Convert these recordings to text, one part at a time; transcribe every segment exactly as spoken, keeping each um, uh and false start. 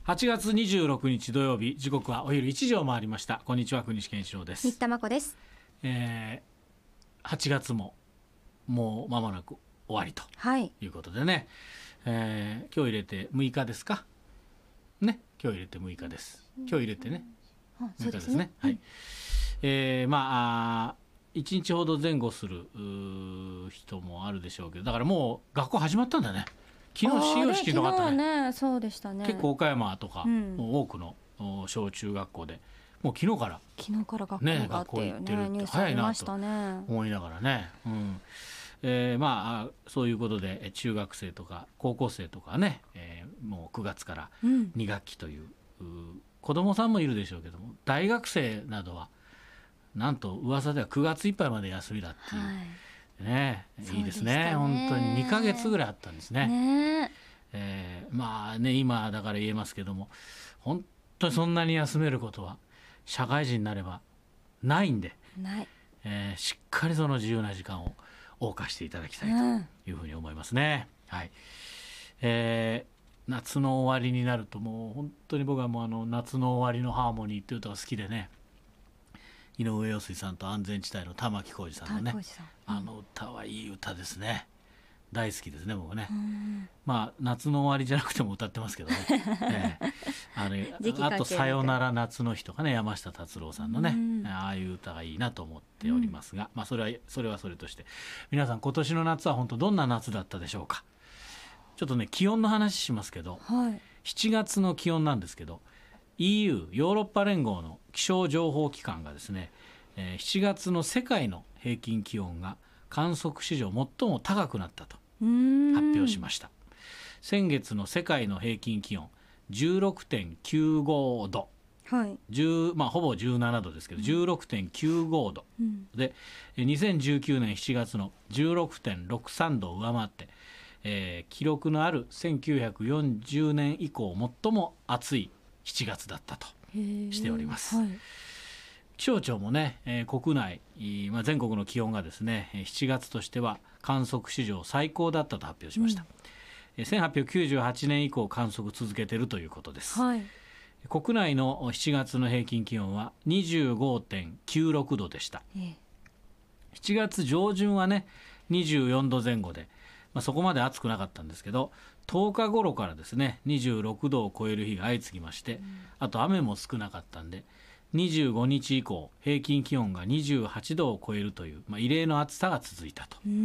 はちがつにじゅうろくにち土曜日、時刻はお昼いちじを回りました。こんにちは、国西健一郎です。 新田真子です。 えー、はちがつももう間もなく終わりということでね、はい、えー、今日入れてむいかですかね。今日入れてむいかです。今日入れてね、むいかですね。はい。えー、まあいちにちほど前後する人もあるでしょうけど、だからもう学校始まったんだね。昨日始業式の方 ね, ね, そうでしたね。 結構岡山とか、うん、多くの小中学校でもう昨日から昨日から学校があってよね、ニュースありましたね。 思いながらね、うん、えー、まあそういうことで中学生とか高校生とかね、えー、もうくがつからにがっきという、うん、子どもさんもいるでしょうけども、大学生などはなんと噂ではくがついっぱいまで休みだっていう、はいね、いいですね。本当ににかげつぐらいあったんですね。ね、えー、まあね今だから言えますけども、本当にそんなに休めることは社会人になればないんで、ない、えー、しっかりその自由な時間を謳歌していただきたいというふうに思いますね。うん、はい、えー、夏の終わりになるともう本当に僕はもうあの夏の終わりのハーモニーっていう歌が好きでね、井上陽水さんと安全地帯の玉置浩二さんのね、うん、あの歌はいい歌ですね。大好きですね僕ね。まあ夏の終わりじゃなくても歌ってますけどね、えー、あれあとさよなら夏の日とかね、山下達郎さんのね、ああいう歌がいいなと思っておりますが、まあそれはそれはそれとして、皆さん今年の夏は本当どんな夏だったでしょうか。ちょっとね気温の話しますけど、はい、しちがつの気温なんですけど、イーユー ヨーロッパ連合の気象情報機関がですね、えー、しちがつの世界の平均気温が観測史上最も高くなったと発表しました。先月の世界の平均気温 じゅうろくてんきゅうごど、はい、まあ、ほぼじゅうななどですけど じゅうろくてんきゅうごど、うん、でにせんじゅうきゅうねんしちがつの じゅうろくてんろくさんどを上回って、えー、記録のあるせんきゅうひゃくよんじゅうねん以降最も暑いしちがつだったとしております。はい、気象庁もね、えー、国内、まあ、全国の気温がですねしちがつとしては観測史上最高だったと発表しました。うん、せんはっぴゃくきゅうじゅうはちねん以降観測続けているということです。はい、国内のしちがつの平均気温は にじゅうごてんきゅうろくどでした。えー、しちがつ上旬はねにじゅうよんどぜん後で、まあ、そこまで暑くなかったんですけど、とおか頃からですねにじゅうろくどを超える日が相次ぎまして、うん、あと雨も少なかったんでにじゅうごにち以降平均気温がにじゅうはちどを超えるという、まあ、異例の暑さが続いたと。うん、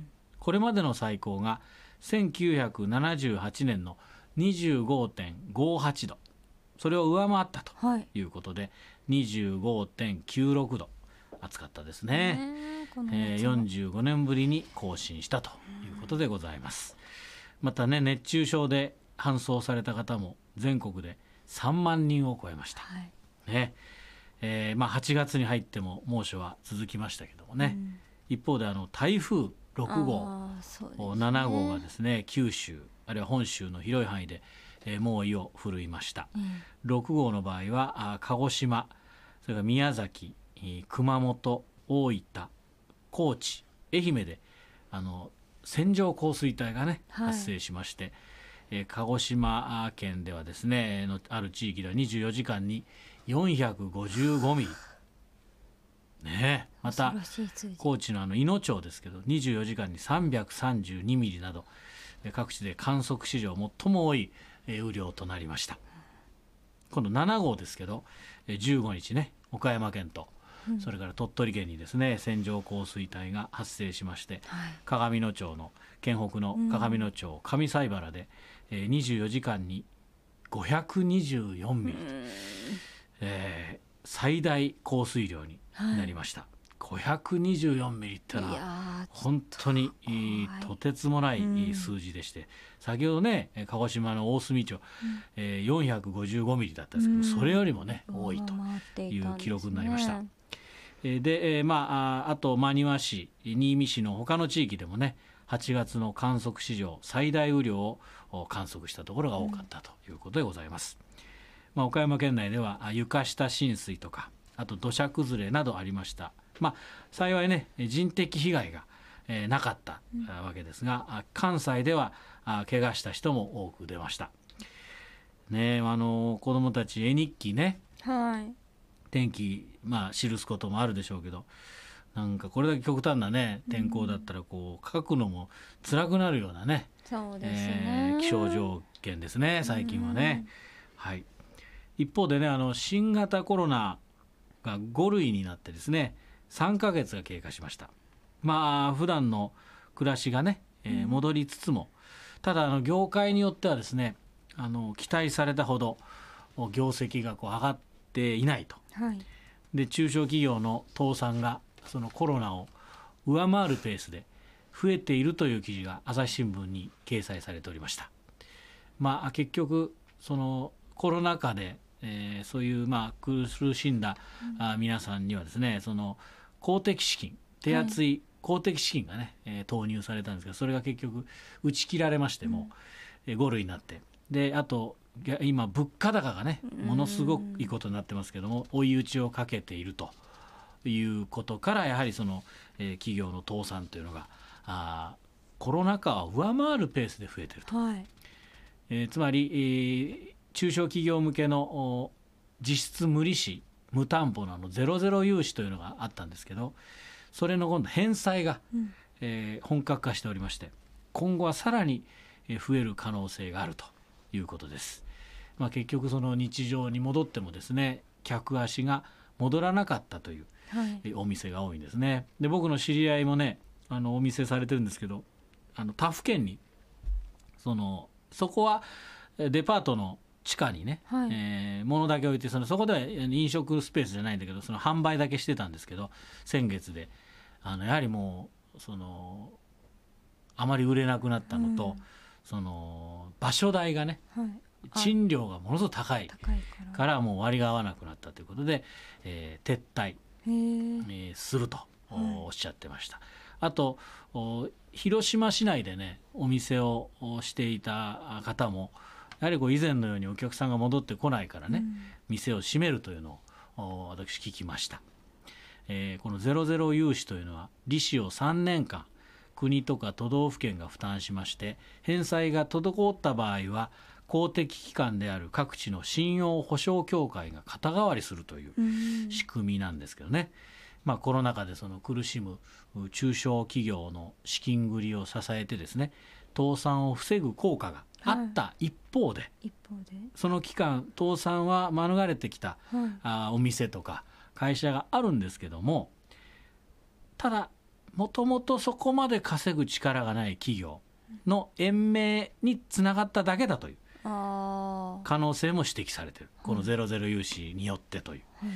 これまでの最高がせんきゅうひゃくななじゅうはちねんの にじゅうごてんごはちど、それを上回ったということで、はい、にじゅうごてんきゅうろくど、暑かったですね。えー、よんじゅうごねんぶりに更新したということでございます。またね熱中症で搬送された方も全国でさんまんにんを超えました。はい、ね、えーまあ、はちがつに入っても猛暑は続きましたけどもね、うん、一方であの台風ろくごう、ね、ななごうがですね九州あるいは本州の広い範囲で、えー、猛威を振るいました。うん、ろくごうの場合はあ鹿児島、それから宮崎、熊本、大分、高知、愛媛であの線状降水帯がね、はい、発生しまして、えー、鹿児島県ではですねのある地域ではにじゅうよじかんによんひゃくごじゅうごミリ、ね、また高知のあのいの町ですけどにじゅうよじかんにさんびゃくさんじゅうにミリなど、各地で観測史上最も多い雨量となりました。今度ななごうですけどじゅうごにちね岡山県とそれから鳥取県にですね線状降水帯が発生しまして、はい、鏡野町の県北の鏡野町上西原で、えー、にじゅうよじかんにごひゃくにじゅうよんミリ、えー、最大降水量になりました。はい、ごひゃくにじゅうよんミリってのは本当にとてつもない数字でして、うん、先ほどね鹿児島の大隅町、うんえー、よんひゃくごじゅうごミリだったんですけど、うん、それよりもね多いという記録になりました。で、えーまあ、あと真庭市新見市の他の地域でもねはちがつの観測史上最大雨量を観測したところが多かったということでございます。うんまあ、岡山県内では床下浸水とかあと土砂崩れなどありました。まあ、幸いね人的被害が、えー、なかったわけですが、関西では怪我した人も多く出ました。 ね、あの子どもたち絵日記ね、 はい、 天気、まあ、記すこともあるでしょうけど、なんかこれだけ極端なね天候だったらこう書くのも辛くなるようなね、 そうですね、 えー気象条件ですね最近はね。はい、一方でね、あの新型コロナがご類になってですねさんかげつが経過しました。まあ普段の暮らしがね、えー戻りつつも、ただあの業界によってはですね、あの期待されたほど業績がこう上がっていないと、 はい、 で中小企業の倒産がそのコロナを上回るペースで増えているという記事が朝日新聞に掲載されておりました。まあ、結局そのコロナ禍で、えー、そういうまあ苦しんだ、うん、あ皆さんにはですね、その公的資金、手厚い公的資金がね、はい、えー、投入されたんですが、それが結局打ち切られましても、うん、えー、ご類になって、であと今物価高がねものすごくいいことになってますけども、追い打ちをかけているということから、やはりその、えー、企業の倒産というのがあコロナ禍を上回るペースで増えていると、はい、えー、つまり、えー、中小企業向けの実質無利子無担保のゼロゼロ融資というのがあったんですけど、それの今度返済が、うん、えー、本格化しておりまして、今後はさらに増える可能性があるということです。まあ、結局その日常に戻ってもですね、客足が戻らなかったという、はい、お店が多いんですね。で僕の知り合いもね、あのお店されてるんですけど、あの他府県にそのそこはデパートの地下にね、はい、えー、物だけ置いて、そのそこでは飲食スペースじゃないんだけど、その販売だけしてたんですけど、先月であのやはりもうそのあまり売れなくなったのと、うん、その場所代がね、はい、賃料がものすごく高いからもう割が合わなくなったということで、えー、撤退、えー、するとおっしゃってました。あと広島市内でねお店をしていた方も、やはりこう以前のようにお客さんが戻ってこないからね、うん、店を閉めるというのを私聞きました。えー、このゼロゼロ融資というのは利子をさんねんかん国とか都道府県が負担しまして、返済が滞った場合は公的機関である各地の信用保証協会が肩代わりするという仕組みなんですけどね、まあ、コロナ禍でその苦しむ中小企業の資金繰りを支えてですね、倒産を防ぐ効果があった一方で、はい、一方でその期間倒産は免れてきた、はい、あお店とか会社があるんですけども、ただもともとそこまで稼ぐ力がない企業の延命につながっただけだという可能性も指摘されている、このゼロゼロ融資によってという、はい、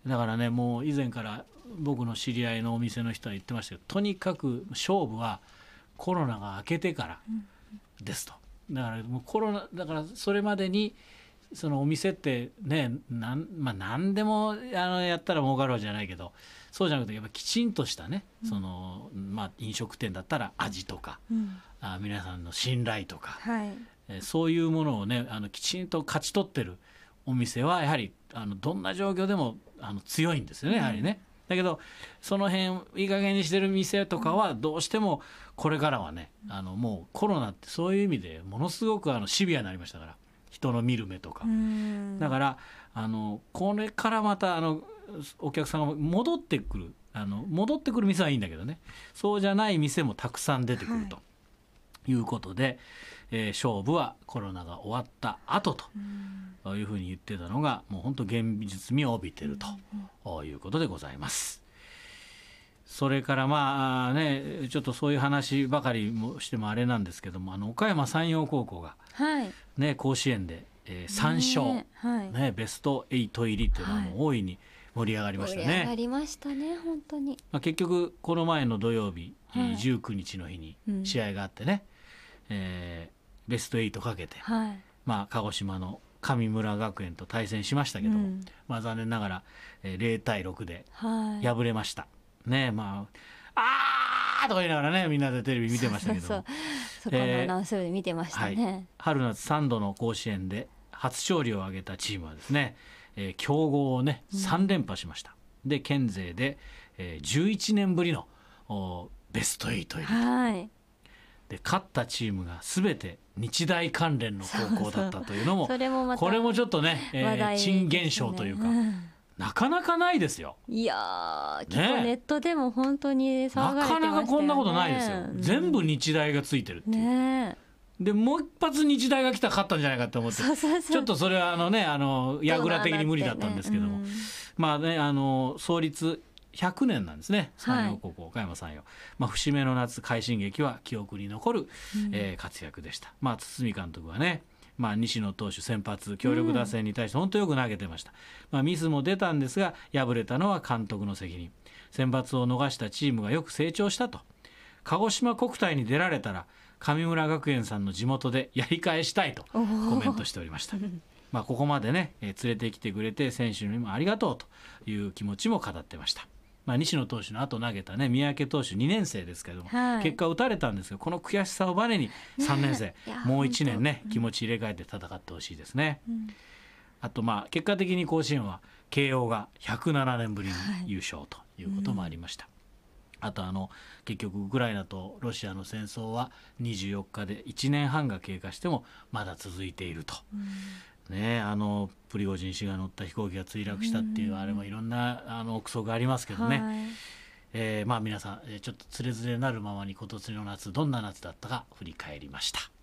だからね、もう以前から僕の知り合いのお店の人は言ってましたけど、とにかく勝負はコロナが明けてからですと。だからもうコロナだからそれまでにそのお店ってね、なん、まあ、何でもあのやったら儲かるわけじゃないけど、そうじゃなくてやっぱきちんとしたね、うん、そのまあ、飲食店だったら味とか、うん、あ皆さんの信頼とか、はい、えそういうものをね、あのきちんと勝ち取ってるお店はやはりあのどんな状況でもあの強いんですよね、やはりね。だけどその辺いい加減にしてる店とかはどうしてもこれからはね、あのもうコロナってそういう意味でものすごくあのシビアになりましたから、人の見る目とか。だからあのこれからまたあのお客さんが戻ってくるあの戻ってくる店はいいんだけどね、そうじゃない店もたくさん出てくるということで、はい、えー、勝負はコロナが終わった後というふうに言ってたのがもう本当現実味を帯びているということでございます。それからまあね、ちょっとそういう話ばかりもしてもあれなんですけども、あの岡山山陽高校が、ね、はい、甲子園で、えー、さん勝、ね、はいね、ベストはち入りっていうのはもう大いに盛り上がりましたね。 盛り上がりましたね、本当に。 まあ、結局この前の土曜日、はい、じゅうくにちの日に試合があってね、うん、えー、ベストはちかけて、はい、まあ、鹿児島の神村学園と対戦しましたけども、うん、まあ、残念ながら、えー、ゼロたいろくで敗れました、はい、ね、まあ、あーとか言いながらね、みんなでテレビ見てましたけど、 そうそうそう、そこのアナウンスで見てましたね、えーはい、春夏さんどの甲子園で初勝利を挙げたチームはですね、えー、強豪をねさんれんぱしました、うん、で県勢で、えー、じゅういちねんぶりのベストはち入り、はい、 で勝ったチームが全て日大関連の高校だったというのもそれもまたこれもちょっとね、えー、 話題ですね。 珍現象というか、うん、なかなかないですよ。 いやー、結構ネットでも本当に騒がれてましたよね。 なかなかこんなことないですよ、うん、全部日大がついてるっていう、ね、でもう一発日大が来たら勝ったんじゃないかと思って、そうそうそう、ちょっとそれはあのね、あの櫓的に無理だったんですけども、ね、うん、まあね、あの創立ひゃくねんなんですね、山陽高校、岡山山陽、まあ、節目の夏快進撃は記憶に残る、うん、えー、活躍でした。まあ、堤監督はね、まあ、西野投手先発強力打線に対して本当よく投げてました、うん、まあ、ミスも出たんですが敗れたのは監督の責任、選抜を逃したチームがよく成長したと、鹿児島国体に出られたら神村学園さんの地元でやり返したいとコメントしておりましたまあここまでね、えー、連れてきてくれて選手にもありがとうという気持ちも語ってました。まあ、西野投手の後投げたね三宅投手にねん生ですけども、はい、結果打たれたんですが、この悔しさをバネにさんねん生、ね、もういちねんね気持ち入れ替えて戦ってほしいですね、うん、あとまあ結果的に甲子園は慶応がひゃくななねんぶりに優勝ということもありました、はい、うん、あとあの結局ウクライナとロシアの戦争はにじゅうよっかでいちねんはんが経過してもまだ続いていると、うん、ね、あのプリゴジン氏が乗った飛行機が墜落したっていう、あれもいろんなあの憶測がありますけどね、はい、えー、まあ皆さんちょっとつれづれなるままに今年の夏どんな夏だったか振り返りました。